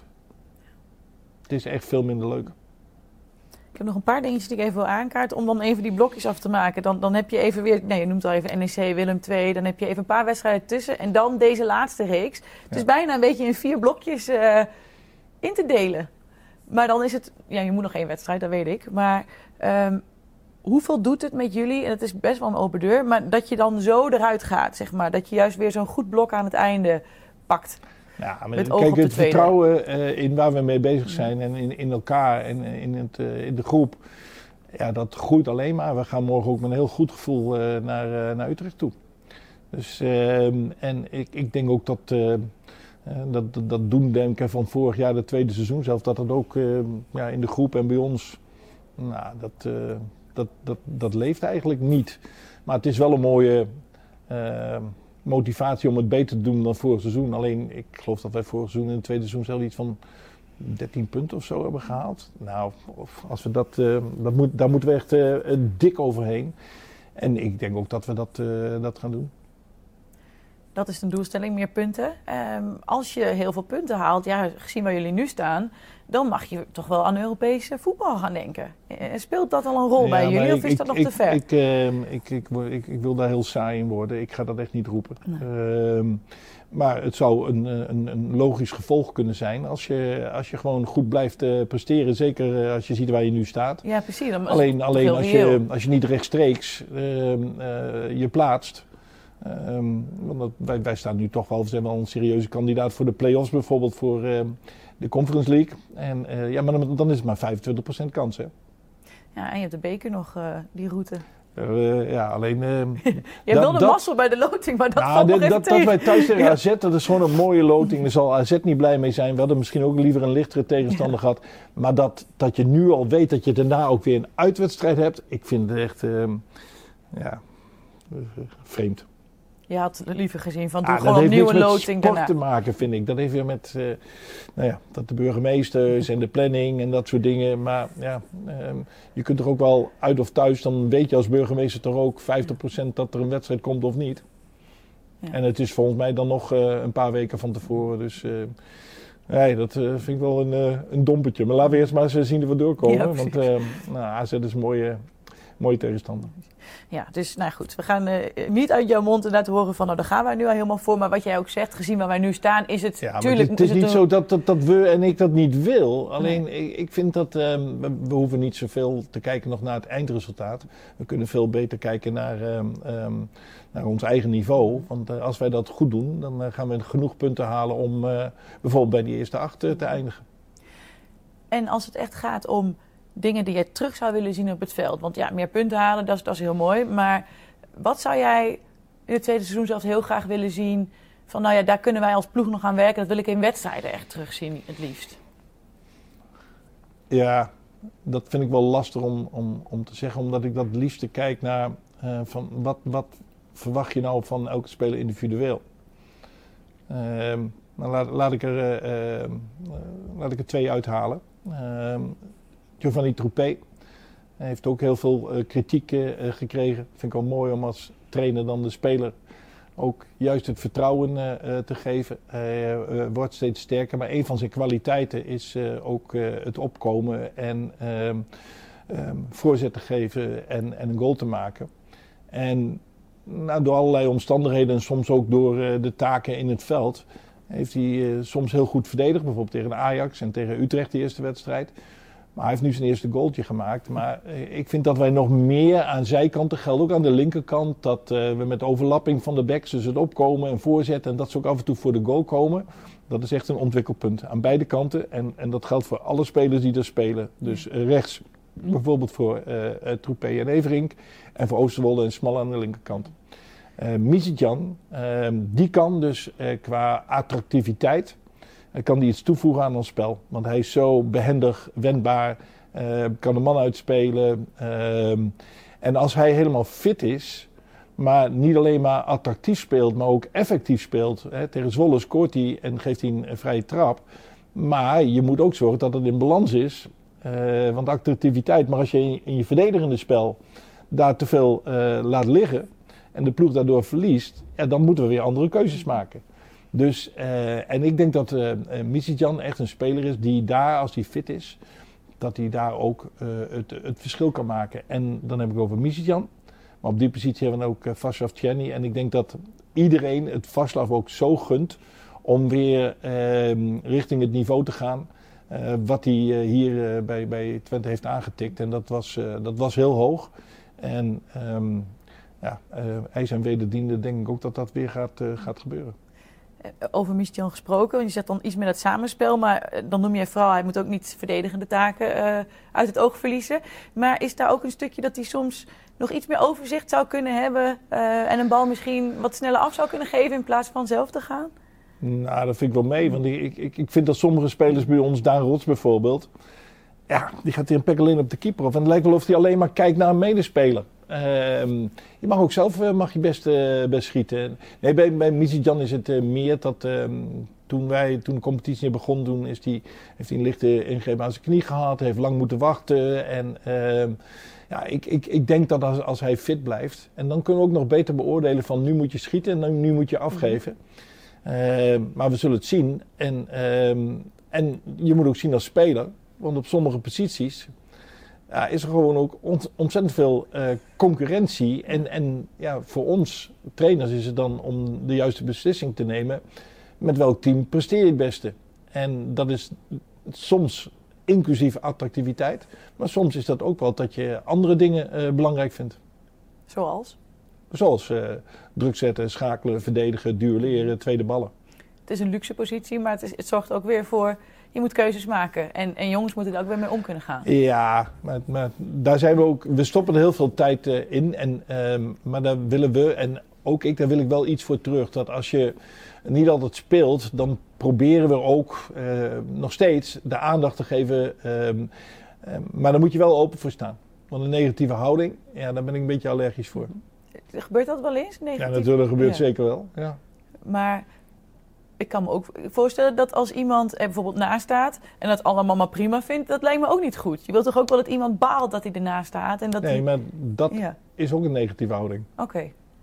Het is echt veel minder leuk. Ik heb nog een paar dingetjes die ik even wil aankaarten om dan even die blokjes af te maken. Dan, dan heb je even weer, nee, je noemt al even N E C, Willem twee, dan heb je even een paar wedstrijden tussen en dan deze laatste reeks. Het ja. is bijna een beetje in vier blokjes uh, in te delen. Maar dan is het, ja, je moet nog één wedstrijd, dat weet ik. Maar um, hoeveel doet het met jullie, en het is best wel een open deur, maar dat je dan zo eruit gaat, zeg maar. Dat je juist weer zo'n goed blok aan het einde pakt. Ja, maar met kijk, het vertrouwen uh, in waar we mee bezig zijn en in, in elkaar en in, het, uh, in de groep, ja, dat groeit alleen maar. We gaan morgen ook met een heel goed gevoel uh, naar, uh, naar Utrecht toe. Dus, uh, en ik, ik denk ook dat, uh, uh, dat, dat, dat doen denken van vorig jaar, het tweede seizoen zelf, dat dat ook uh, ja, in de groep en bij ons, nou, dat, uh, dat, dat, dat leeft eigenlijk niet. Maar het is wel een mooie... Uh, motivatie om het beter te doen dan vorig seizoen. Alleen, ik geloof dat wij vorig seizoen in het tweede seizoen zelf iets van dertien punten of zo hebben gehaald. Nou, als we dat, uh, dat moet, daar moeten we echt uh, dik overheen. En ik denk ook dat we dat, uh, dat gaan doen. Dat is de doelstelling, meer punten. Um, als je heel veel punten haalt, ja, gezien waar jullie nu staan, dan mag je toch wel aan Europese voetbal gaan denken. Speelt dat al een rol ja, bij jullie ik, of is ik, dat nog ik, te ver? Ik, uh, ik, ik, ik, ik wil daar heel saai in worden. Ik ga dat echt niet roepen. Nee. Uh, maar het zou een, een, een logisch gevolg kunnen zijn als je, als je gewoon goed blijft uh, presteren. Zeker uh, als je ziet waar je nu staat. Ja, precies. Dan alleen alleen als, je, als je niet rechtstreeks uh, uh, je plaatst. Um, want wij, wij staan nu toch wel, we zijn wel een serieuze kandidaat voor de play-offs bijvoorbeeld voor uh, de Conference League. En uh, ja, maar dan, dan is het maar vijfentwintig procent kans, hè. Ja, en je hebt de beker nog, uh, die route. Uh, ja, alleen... Uh, je hebt wel een mazzel bij de loting, maar dat nou, valt nog de, even dat, tegen. dat wij thuis tegen A Z, dat is gewoon een mooie loting. Daar zal A Z niet blij mee zijn. We hadden misschien ook liever een lichtere tegenstander ja. gehad. Maar dat, dat je nu al weet dat je daarna ook weer een uitwedstrijd hebt, ik vind het echt, uh, ja, uh, vreemd. Je had liever gezien van doe ah, gewoon opnieuw een loting daarna. Dat heeft daarna. sport te maken, vind ik. Dat heeft weer met uh, nou ja, dat de burgemeesters en de planning en dat soort dingen. Maar ja, um, je kunt er ook wel uit of thuis, dan weet je als burgemeester toch ook vijftig procent dat er een wedstrijd komt of niet. Ja. En het is volgens mij dan nog uh, een paar weken van tevoren. Dus uh, nee, dat uh, vind ik wel een, uh, een dompetje. Maar laten we eerst maar eens zien dat we doorkomen. Ja, want uh, nou, A Z is een mooie... mooie tegenstander. Ja, dus nou goed, we gaan uh, niet uit jouw mond laten horen van, nou daar gaan wij nu al helemaal voor. Maar wat jij ook zegt, gezien waar wij nu staan, is het... Ja, tuurlijk, het is, het is is niet het zo dat, dat, dat we en ik dat niet wil. Alleen, nee. ik, ik vind dat um, we, we hoeven niet zoveel te kijken nog naar het eindresultaat. We kunnen veel beter kijken naar, um, um, naar ons eigen niveau. Want uh, als wij dat goed doen, dan uh, gaan we genoeg punten halen om uh, bijvoorbeeld bij die eerste acht uh, te eindigen. En als het echt gaat om dingen die jij terug zou willen zien op het veld. Want ja, meer punten halen, dat is, dat is heel mooi. Maar wat zou jij in het tweede seizoen zelfs heel graag willen zien? Van nou ja, daar kunnen wij als ploeg nog aan werken. Dat wil ik in wedstrijden echt terugzien, het liefst. Ja, dat vind ik wel lastig om, om, om te zeggen. Omdat ik dat het liefste kijk naar uh, van wat, wat verwacht je nou van elke speler individueel. Uh, maar laat, laat, ik er, uh, uh, laat ik er twee uithalen. Uh, Giovanni Troepé heeft ook heel veel uh, kritiek uh, gekregen. Vind ik wel mooi om als trainer dan de speler ook juist het vertrouwen uh, uh, te geven. Hij uh, uh, wordt steeds sterker, maar een van zijn kwaliteiten is uh, ook uh, het opkomen en uh, um, voorzetten geven en, en een goal te maken. En nou, door allerlei omstandigheden en soms ook door uh, de taken in het veld heeft hij uh, soms heel goed verdedigd. Bijvoorbeeld tegen Ajax en tegen Utrecht de eerste wedstrijd. Maar hij heeft nu zijn eerste goaltje gemaakt. Maar uh, ik vind dat wij nog meer aan zijkanten, geldt ook aan de linkerkant, dat uh, we met overlapping van de backs, dus het opkomen en voorzetten en dat ze ook af en toe voor de goal komen. Dat is echt een ontwikkelpunt aan beide kanten. En, en dat geldt voor alle spelers die er spelen. Dus uh, rechts bijvoorbeeld voor uh, uh, Troepé en Everink. En voor Oosterwolde en Smal aan de linkerkant. Uh, Misitjan, uh, die kan dus uh, qua attractiviteit, uh, kan die iets toevoegen aan ons spel. Want hij is zo behendig, wendbaar, uh, kan de man uitspelen. Uh, en als hij helemaal fit is, maar niet alleen maar attractief speelt, maar ook effectief speelt. Hè, tegen Zwolle scoort hij en geeft hij een, een vrije trap. Maar je moet ook zorgen dat het in balans is. Uh, want attractiviteit, maar als je in, in je verdedigende spel daar te veel uh, laat liggen en de ploeg daardoor verliest, ja, dan moeten we weer andere keuzes maken. Dus, uh, en ik denk dat uh, uh, Misitjan echt een speler is die daar, als hij fit is, dat hij daar ook uh, het, het verschil kan maken. En dan heb ik over Misitjan. Maar op die positie hebben we ook uh, Vaslav Tjerni. En ik denk dat iedereen het Vaslav ook zo gunt om weer uh, richting het niveau te gaan. Uh, wat hij uh, hier uh, bij, bij Twente heeft aangetikt. En dat was, uh, dat was heel hoog. En um, ja, uh, ijs en wederdiende denk ik ook dat dat weer gaat, uh, gaat gebeuren. Over Misitjan gesproken, want je zegt dan iets met het samenspel, maar dan noem je vooral, hij moet ook niet verdedigende taken uh, uit het oog verliezen. Maar is daar ook een stukje dat hij soms nog iets meer overzicht zou kunnen hebben uh, en een bal misschien wat sneller af zou kunnen geven in plaats van zelf te gaan? Nou, dat vind ik wel mee, want ik, ik, ik vind dat sommige spelers bij ons, Daan Rots bijvoorbeeld, ja, die gaat hier een pek alleen op de keeper af en het lijkt wel of hij alleen maar kijkt naar een medespeler. Uh, je mag ook zelf uh, mag je best, uh, best schieten. Nee, bij, bij Misitjan is het uh, meer dat uh, toen, wij, toen de competitie begon, toen is die, heeft hij een lichte ingreep aan zijn knie gehad, heeft lang moeten wachten. En uh, ja, ik, ik, ik denk dat als, als hij fit blijft, en dan kunnen we ook nog beter beoordelen van nu moet je schieten en nu moet je afgeven. Uh, maar we zullen het zien. En, uh, en je moet ook zien als speler, want op sommige posities ja, is er gewoon ook ont- ontzettend veel uh, concurrentie. En, en ja, voor ons trainers is het dan om de juiste beslissing te nemen. Met welk team presteer je het beste? En dat is soms inclusief attractiviteit. Maar soms is dat ook wel dat je andere dingen uh, belangrijk vindt. Zoals? Zoals uh, druk zetten, schakelen, verdedigen, duelleren, tweede ballen. Het is een luxe positie, maar het, is, het zorgt ook weer voor, je moet keuzes maken. En, en jongens moeten er ook weer mee om kunnen gaan. Ja, maar, maar daar zijn we ook, we stoppen er heel veel tijd uh, in. En, uh, maar daar willen we, en ook ik, daar wil ik wel iets voor terug. Dat als je niet altijd speelt, dan proberen we ook uh, nog steeds de aandacht te geven. Uh, uh, maar daar moet je wel open voor staan. Want een negatieve houding, ja, daar ben ik een beetje allergisch voor. Gebeurt dat wel eens? Negatief? Ja, natuurlijk gebeurt ja. zeker wel. Ja. Maar ik kan me ook voorstellen dat als iemand er bijvoorbeeld naast staat en dat allemaal maar prima vindt, dat lijkt me ook niet goed. Je wilt toch ook wel dat iemand baalt dat hij ernaast staat? En dat nee, die... maar dat ja. is ook een negatieve houding. Oké. Okay.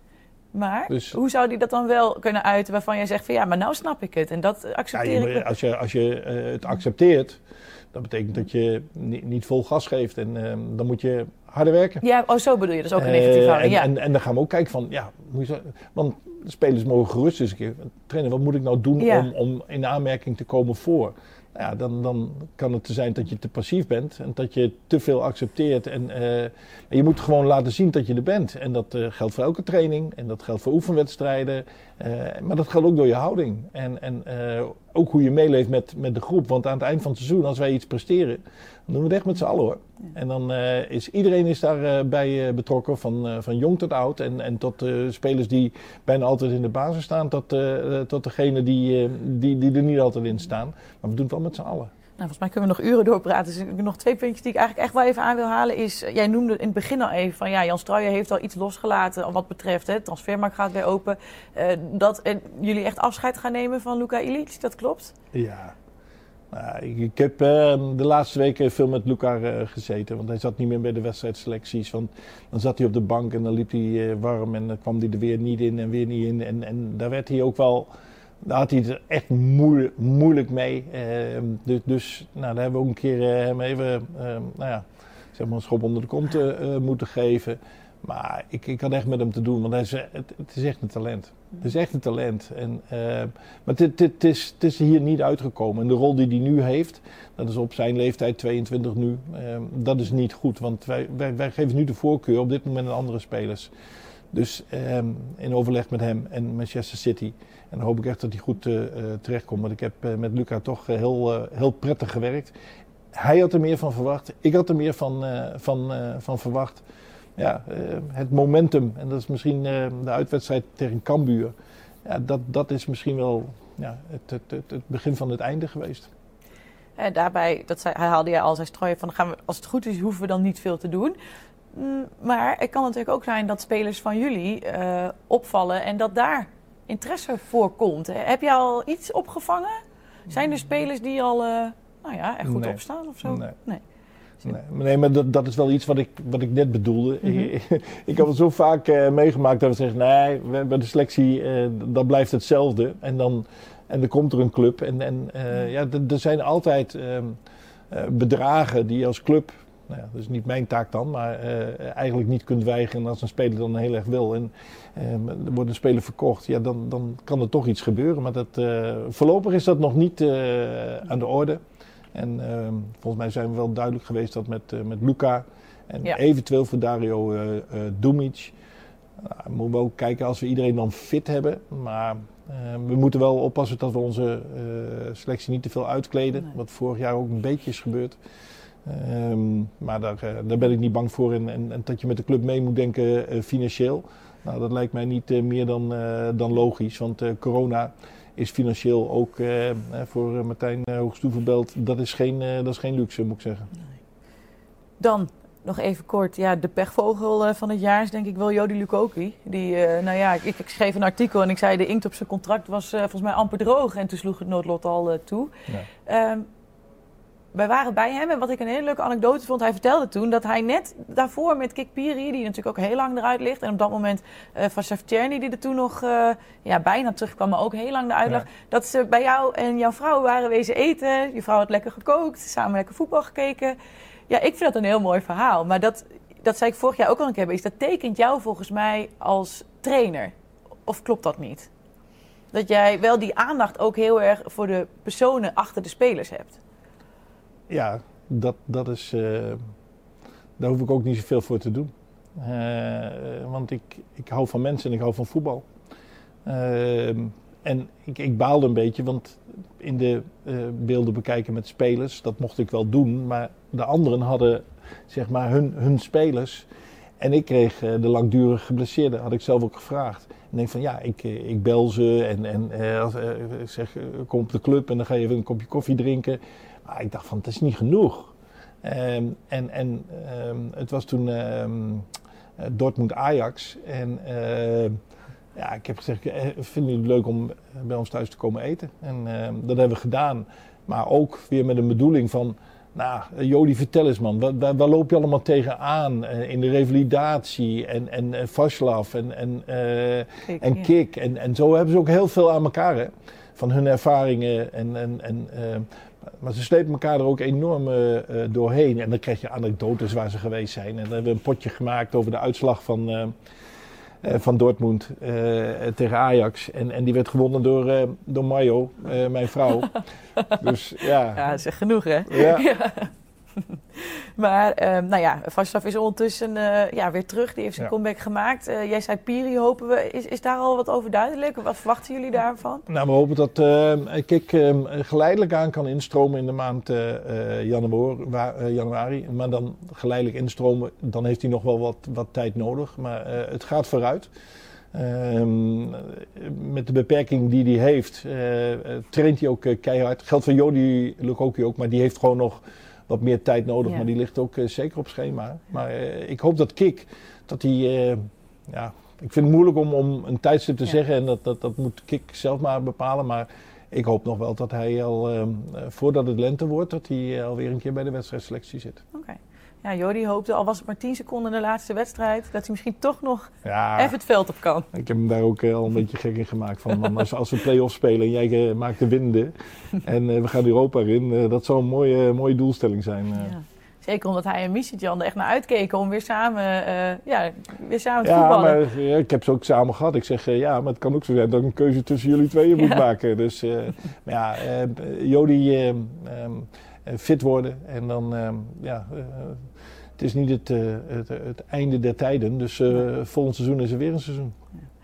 Maar Dus, hoe zou die dat dan wel kunnen uiten waarvan jij zegt van ja, maar nou snap ik het en dat accepteer ja, je, ik. als je, als je uh, het accepteert, dat betekent dat je niet, niet vol gas geeft en uh, dan moet je harder werken. Ja, oh zo bedoel je, dat is ook een negatieve houding. Uh, en, en, ja. en, en dan gaan we ook kijken van, ja, moet je zo, want de spelers mogen gerust eens een keer, trainer, wat moet ik nou doen ja. om, om in aanmerking te komen voor? Nou ja, dan, dan kan het zijn dat je te passief bent en dat je te veel accepteert. En, uh, en je moet gewoon laten zien dat je er bent. En dat uh, geldt voor elke training en dat geldt voor oefenwedstrijden. Uh, maar dat geldt ook door je houding. En, en uh, ook hoe je meeleeft met, met de groep. Want aan het eind van het seizoen, als wij iets presteren, dan doen we het echt met z'n allen hoor. Ja. En dan uh, is iedereen is daarbij uh, uh, betrokken, van, uh, van jong tot oud. En, en tot uh, spelers die bijna altijd in de basis staan, tot, uh, tot degene die, uh, die, die er niet altijd in staan. Maar we doen het wel met z'n allen. Nou, volgens mij kunnen we nog uren doorpraten. Dus nog twee puntjes die ik eigenlijk echt wel even aan wil halen is... Jij noemde in het begin al even van ja, Jan Strooijer heeft al iets losgelaten wat betreft het transfermarkt gaat weer open. Uh, dat uh, jullie echt afscheid gaan nemen van Luka Ilić, dat klopt? Ja. Nou, ik, ik heb uh, de laatste weken veel met Luka uh, gezeten, want hij zat niet meer bij de wedstrijdselecties. Want dan zat hij op de bank en dan liep hij uh, warm en dan kwam hij er weer niet in en weer niet in. En, en daar werd hij ook wel... Daar had hij het echt moeilijk, moeilijk mee. Uh, dus dus nou, daar hebben we ook een keer uh, hem even uh, nou ja, zeg maar een schop onder de kont uh, moeten geven. Maar ik, ik had echt met hem te doen, want hij is, het, het is echt een talent. Het is echt een talent. En, uh, maar het, het, is, het is hier niet uitgekomen. En de rol die hij nu heeft, dat is op zijn leeftijd tweeëntwintig nu, uh, dat is niet goed. Want wij, wij, wij geven nu de voorkeur op dit moment aan andere spelers. Dus um, in overleg met hem en Manchester City. En dan hoop ik echt dat hij goed uh, uh, terechtkomt. Want ik heb uh, met Luka toch uh, heel, uh, heel prettig gewerkt. Hij had er meer van verwacht. Ik had er meer van, uh, van, uh, van verwacht. Ja, uh, het momentum. En dat is misschien uh, de uitwedstrijd tegen Cambuur. Ja, dat, dat is misschien wel ja, het, het, het, het begin van het einde geweest. En daarbij, dat zei, hij haalde jij al zijn strooien van gaan we, als het goed is, hoeven we dan niet veel te doen. Mm, maar het kan natuurlijk ook zijn dat spelers van jullie uh, opvallen en dat daar interesse voor komt. Heb je al iets opgevangen? Zijn er spelers die al uh, nou ja, echt goed nee. opstaan of zo? Nee. nee. Nee, nee, maar dat, dat is wel iets wat ik, wat ik net bedoelde. Mm-hmm. ik, ik heb het zo vaak uh, meegemaakt dat we zeggen, nee, bij de selectie, uh, dat blijft hetzelfde. En dan en er komt er een club. En, en uh, ja, d- er zijn altijd uh, uh, bedragen die je als club, nou ja, dat is niet mijn taak dan, maar uh, eigenlijk niet kunt weigeren als een speler dan heel erg wil. En uh, er wordt een speler verkocht, ja, dan, dan kan er toch iets gebeuren. Maar dat, uh, voorlopig is dat nog niet uh, aan de orde. En uh, volgens mij zijn we wel duidelijk geweest dat met, uh, met Luka en ja. eventueel voor Dario uh, uh, Dumic. Nou, we moeten ook kijken als we iedereen dan fit hebben. Maar uh, we moeten wel oppassen dat we onze uh, selectie niet te veel uitkleden. Nee. Wat vorig jaar ook een beetje is gebeurd. Um, maar daar, uh, daar ben ik niet bang voor. En, en, en dat je met de club mee moet denken uh, financieel. Nou, dat lijkt mij niet uh, meer dan, uh, dan logisch. Want uh, corona is financieel ook uh, voor uh, Martijn uh, Hoogstoevenbelt, dat is geen, uh, dat is geen luxe, moet ik zeggen. Nee. Dan nog even kort, ja, de pechvogel uh, van het jaar is denk ik wel Jody Lukoki. Die, uh, nou ja, ik, ik schreef een artikel en ik zei de inkt op zijn contract was uh, volgens mij amper droog. En toen sloeg het noodlot al uh, toe. Ja. Um, Wij waren bij hem en wat ik een hele leuke anekdote vond, hij vertelde toen dat hij net daarvoor met Kik Piri, die natuurlijk ook heel lang eruit ligt, en op dat moment uh, van Savcherny, die er toen nog uh, ja, bijna terugkwam, maar ook heel lang eruit lag, ja. dat ze bij jou en jouw vrouw waren wezen eten. Je vrouw had lekker gekookt, samen lekker voetbal gekeken. Ja, ik vind dat een heel mooi verhaal, maar dat, dat zei ik vorig jaar ook al een keer, is dat tekent jou volgens mij als trainer. Of klopt dat niet? Dat jij wel die aandacht ook heel erg voor de personen achter de spelers hebt. Ja, dat, dat is, uh, daar hoef ik ook niet zoveel voor te doen. Uh, want ik, ik hou van mensen en ik hou van voetbal. Uh, en ik, ik baalde een beetje, want in de uh, beelden bekijken met spelers, dat mocht ik wel doen. Maar de anderen hadden zeg maar hun, hun spelers. En ik kreeg uh, de langdurig geblesseerden, had ik zelf ook gevraagd. En denk van ja, ik, ik bel ze en, en uh, ik zeg, uh, kom op de club en dan ga je even een kopje koffie drinken. Maar ik dacht van, het is niet genoeg. Um, en en um, het was toen um, Dortmund-Ajax. En uh, ja, ik heb gezegd, vinden jullie het leuk om bij ons thuis te komen eten? En uh, dat hebben we gedaan. Maar ook weer met een bedoeling van, Nou, Jody, vertel eens man, waar, waar, waar loop je allemaal tegenaan uh, in de revalidatie en, en uh, Vaslav en, en, uh, Kik, en ja. Kik. En, en zo hebben ze ook heel veel aan elkaar, hè, van hun ervaringen. En, en, en, uh, maar ze slepen elkaar er ook enorm uh, doorheen. En dan krijg je anekdotes waar ze geweest zijn. En dan hebben we een potje gemaakt over de uitslag van... Uh, Uh, van Dortmund uh, tegen Ajax. En, en die werd gewonnen door, uh, door Mayo, uh, mijn vrouw. Dus ja. Ja, dat is echt genoeg, hè? Ja. ja. Maar, uh, nou ja, Vaslav is ondertussen uh, ja, weer terug. Die heeft zijn ja. comeback gemaakt. Uh, jij zei Piri, hopen we. Is, is daar al wat over duidelijk? Wat verwachten jullie daarvan? Nou, we hopen dat uh, Kik uh, geleidelijk aan kan instromen in de maand uh, januari, uh, januari. Maar dan geleidelijk instromen, dan heeft hij nog wel wat, wat tijd nodig. Maar uh, het gaat vooruit. Uh, met de beperking die hij heeft, uh, traint hij ook uh, keihard. Geldt voor Jody Lukoki ook, maar die heeft gewoon nog... wat meer tijd nodig, ja. maar die ligt ook uh, zeker op schema. Maar uh, ik hoop dat Kik, dat hij, uh, ja, ik vind het moeilijk om, om een tijdstip te ja. zeggen en dat, dat, dat moet Kik zelf maar bepalen. Maar ik hoop nog wel dat hij al, uh, voordat het lente wordt, dat hij uh, alweer een keer bij de wedstrijdselectie zit. Oké. Okay. Ja, Jody hoopte, al was het maar tien seconden in de laatste wedstrijd, dat hij misschien toch nog ja, even het veld op kan. Ik heb hem daar ook uh, al een beetje gek in gemaakt. Van, man, als, als we play-offs spelen en jij uh, maakt de winnende en uh, we gaan Europa in, uh, dat zou een mooie, uh, mooie doelstelling zijn. Uh. Ja. Zeker omdat hij en Misitjan er echt naar uitkeken om weer samen, uh, ja, weer samen te ja, voetballen. Maar, ja, ik heb ze ook samen gehad. Ik zeg, uh, ja, maar het kan ook zo zijn dat ik een keuze tussen jullie tweeën ja. moet maken. Dus uh, maar ja, uh, Jody uh, um, uh, fit worden en dan, uh, ja... Uh, het is niet het, uh, het, het einde der tijden, dus uh, volgend seizoen is er weer een seizoen.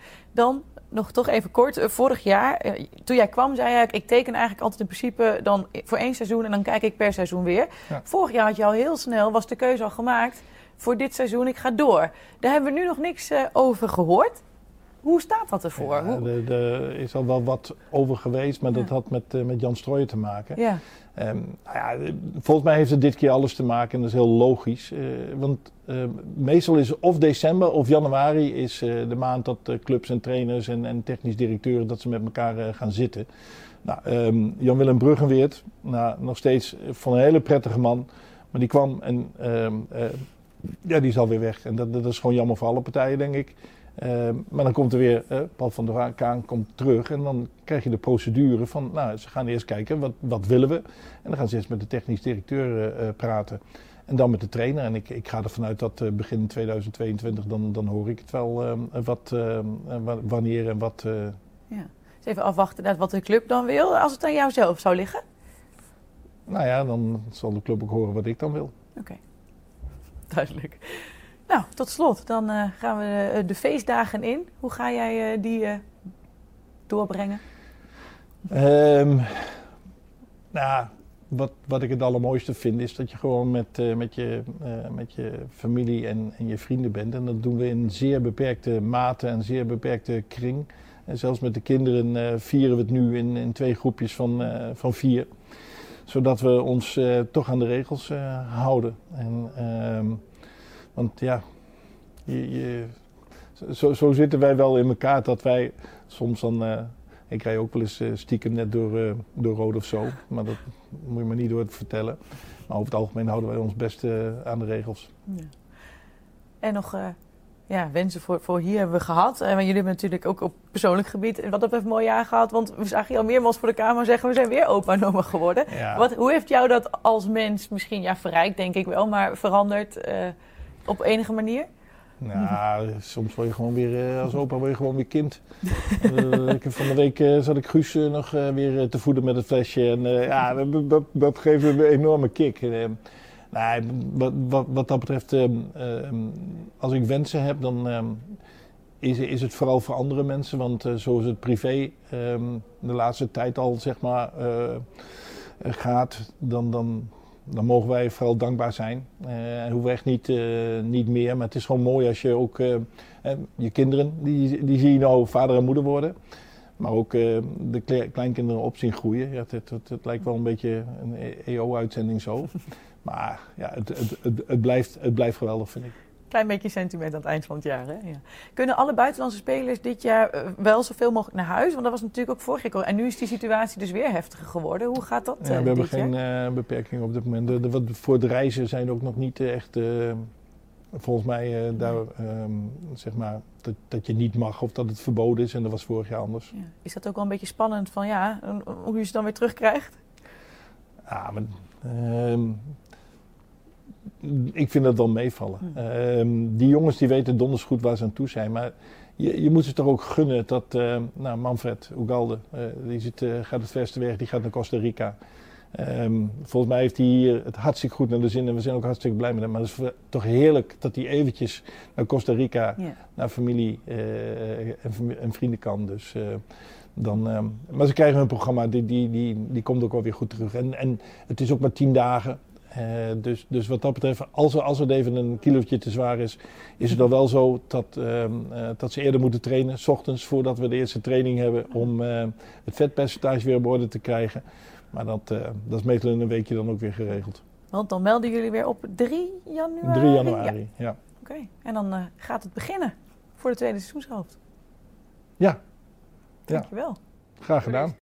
Dan nog toch even kort. Uh, vorig jaar, uh, toen jij kwam, zei je, ik teken eigenlijk altijd in principe dan voor één seizoen en dan kijk ik per seizoen weer. Ja. Vorig jaar had je al heel snel, was de keuze al gemaakt voor dit seizoen, ik ga door. Daar hebben we nu nog niks uh, over gehoord. Hoe staat dat ervoor? Ja, Hoe... er is al wel wat over geweest, maar ja. dat had met, uh, met Jan Strooijen te maken. Ja. Um, nou ja, volgens mij heeft het dit keer alles te maken en dat is heel logisch. Uh, want uh, meestal is of december of januari is uh, de maand dat uh, clubs en trainers en, en technisch directeuren dat ze met elkaar uh, gaan zitten. Nou, um, Jan-Willem Bruggenweert, nou, nog steeds van een hele prettige man, maar die kwam en um, uh, ja, die is alweer weg. En dat, dat is gewoon jammer voor alle partijen, denk ik. Uh, maar dan komt er weer, uh, Paul van der Kaan komt terug en dan krijg je de procedure van, nou, ze gaan eerst kijken, wat, wat willen we? En dan gaan ze eerst met de technisch directeur uh, praten en dan met de trainer. En ik, ik ga ervan uit dat uh, begin tweeduizend tweeëntwintig, dan, dan hoor ik het wel uh, wat, uh, wanneer en wat. Uh... Ja, dus even afwachten wat de club dan wil, als het aan jou zelf zou liggen? Nou ja, dan zal de club ook horen wat ik dan wil. Oké, okay. Duidelijk. Nou, tot slot, dan uh, gaan we uh, de feestdagen in. Hoe ga jij uh, die uh, doorbrengen? Um, nou, wat, wat ik het allermooiste vind is dat je gewoon met, uh, met, je, uh, met je familie en, en je vrienden bent. En dat doen we in zeer beperkte mate en zeer beperkte kring. En zelfs met de kinderen uh, vieren we het nu in, in twee groepjes van, uh, van vier. Zodat we ons uh, toch aan de regels uh, houden. En... Um, Want ja, je, je, zo, zo zitten wij wel in elkaar dat wij soms dan... Uh, ik rij ook wel eens uh, stiekem net door, uh, door rood of zo. Maar dat moet je me niet door te vertellen. Maar over het algemeen houden wij ons best uh, aan de regels. Ja. En nog uh, ja, wensen voor, voor hier hebben we gehad. Uh, maar jullie hebben natuurlijk ook op persoonlijk gebied wat dat betreft een mooi jaar gehad. Want we zagen je al meermaals voor de camera zeggen, we zijn weer opa en oma geworden. Ja. Wat, hoe heeft jou dat als mens misschien, ja verrijkt denk ik wel, maar veranderd... Uh, Op enige manier? Nou, soms word je gewoon weer, als opa word je gewoon weer kind. uh, van de week uh, zat ik Guus uh, nog uh, weer uh, te voeden met het flesje. En uh, ja, dat, dat, dat geeft een enorme kick. Uh, nou, wat, wat, wat dat betreft, uh, uh, als ik wensen heb, dan uh, is, is het vooral voor andere mensen. Want uh, zoals het privé um, de laatste tijd al, zeg maar, uh, gaat, dan... dan Dan mogen wij vooral dankbaar zijn. Uh, en hoeven echt niet, uh, niet meer. Maar het is gewoon mooi als je ook uh, uh, je kinderen, die, die zie je nou vader en moeder worden. Maar ook uh, de kle- kleinkinderen op zien groeien. Ja, het, het, het, het lijkt wel een beetje een E O-uitzending zo. Maar ja, het, het, het, het, blijft, het blijft geweldig, vind ik. Klein beetje sentiment aan het eind van het jaar. Hè? Ja. Kunnen alle buitenlandse spelers dit jaar uh, wel zoveel mogelijk naar huis? Want dat was natuurlijk ook vorig jaar. En nu is die situatie dus weer heftiger geworden. Hoe gaat dat uh, ja, we hebben dit geen uh, beperkingen op dit moment. De, de, wat, voor de reizen zijn ook nog niet echt... Uh, volgens mij uh, daar, um, zeg maar, dat, dat je niet mag of dat het verboden is. En dat was vorig jaar anders. Ja. Is dat ook wel een beetje spannend van ja, hoe je ze dan weer terugkrijgt? Ja, maar... Uh, ik vind dat wel meevallen. Hmm. Uh, die jongens die weten donders goed waar ze aan toe zijn. Maar je, je moet ze toch ook gunnen dat... Uh, nou, Manfred Ugalde, uh, die zit, uh, gaat het verste weg, die gaat naar Costa Rica. Um, volgens mij heeft hij hier het hartstikke goed naar de zin en we zijn ook hartstikke blij met hem. Maar het is toch heerlijk dat hij eventjes naar Costa Rica, yeah. naar familie uh, en, en vrienden kan. Dus, uh, dan, um, maar ze krijgen hun programma, die, die, die, die komt ook wel weer goed terug. En, en het is ook maar tien dagen. Uh, dus, dus wat dat betreft, als, er, als het even een kilootje te zwaar is, is het dan wel zo dat, uh, uh, dat ze eerder moeten trainen, 's ochtends voordat we de eerste training hebben, om uh, het vetpercentage weer op orde te krijgen. Maar dat, uh, dat is meestal in een weekje dan ook weer geregeld. Want dan melden jullie weer op drie januari? drie januari, ja. ja. Oké, okay. En dan uh, gaat het beginnen voor de tweede seizoenshelft. Ja. Dankjewel. Ja. Graag gedaan.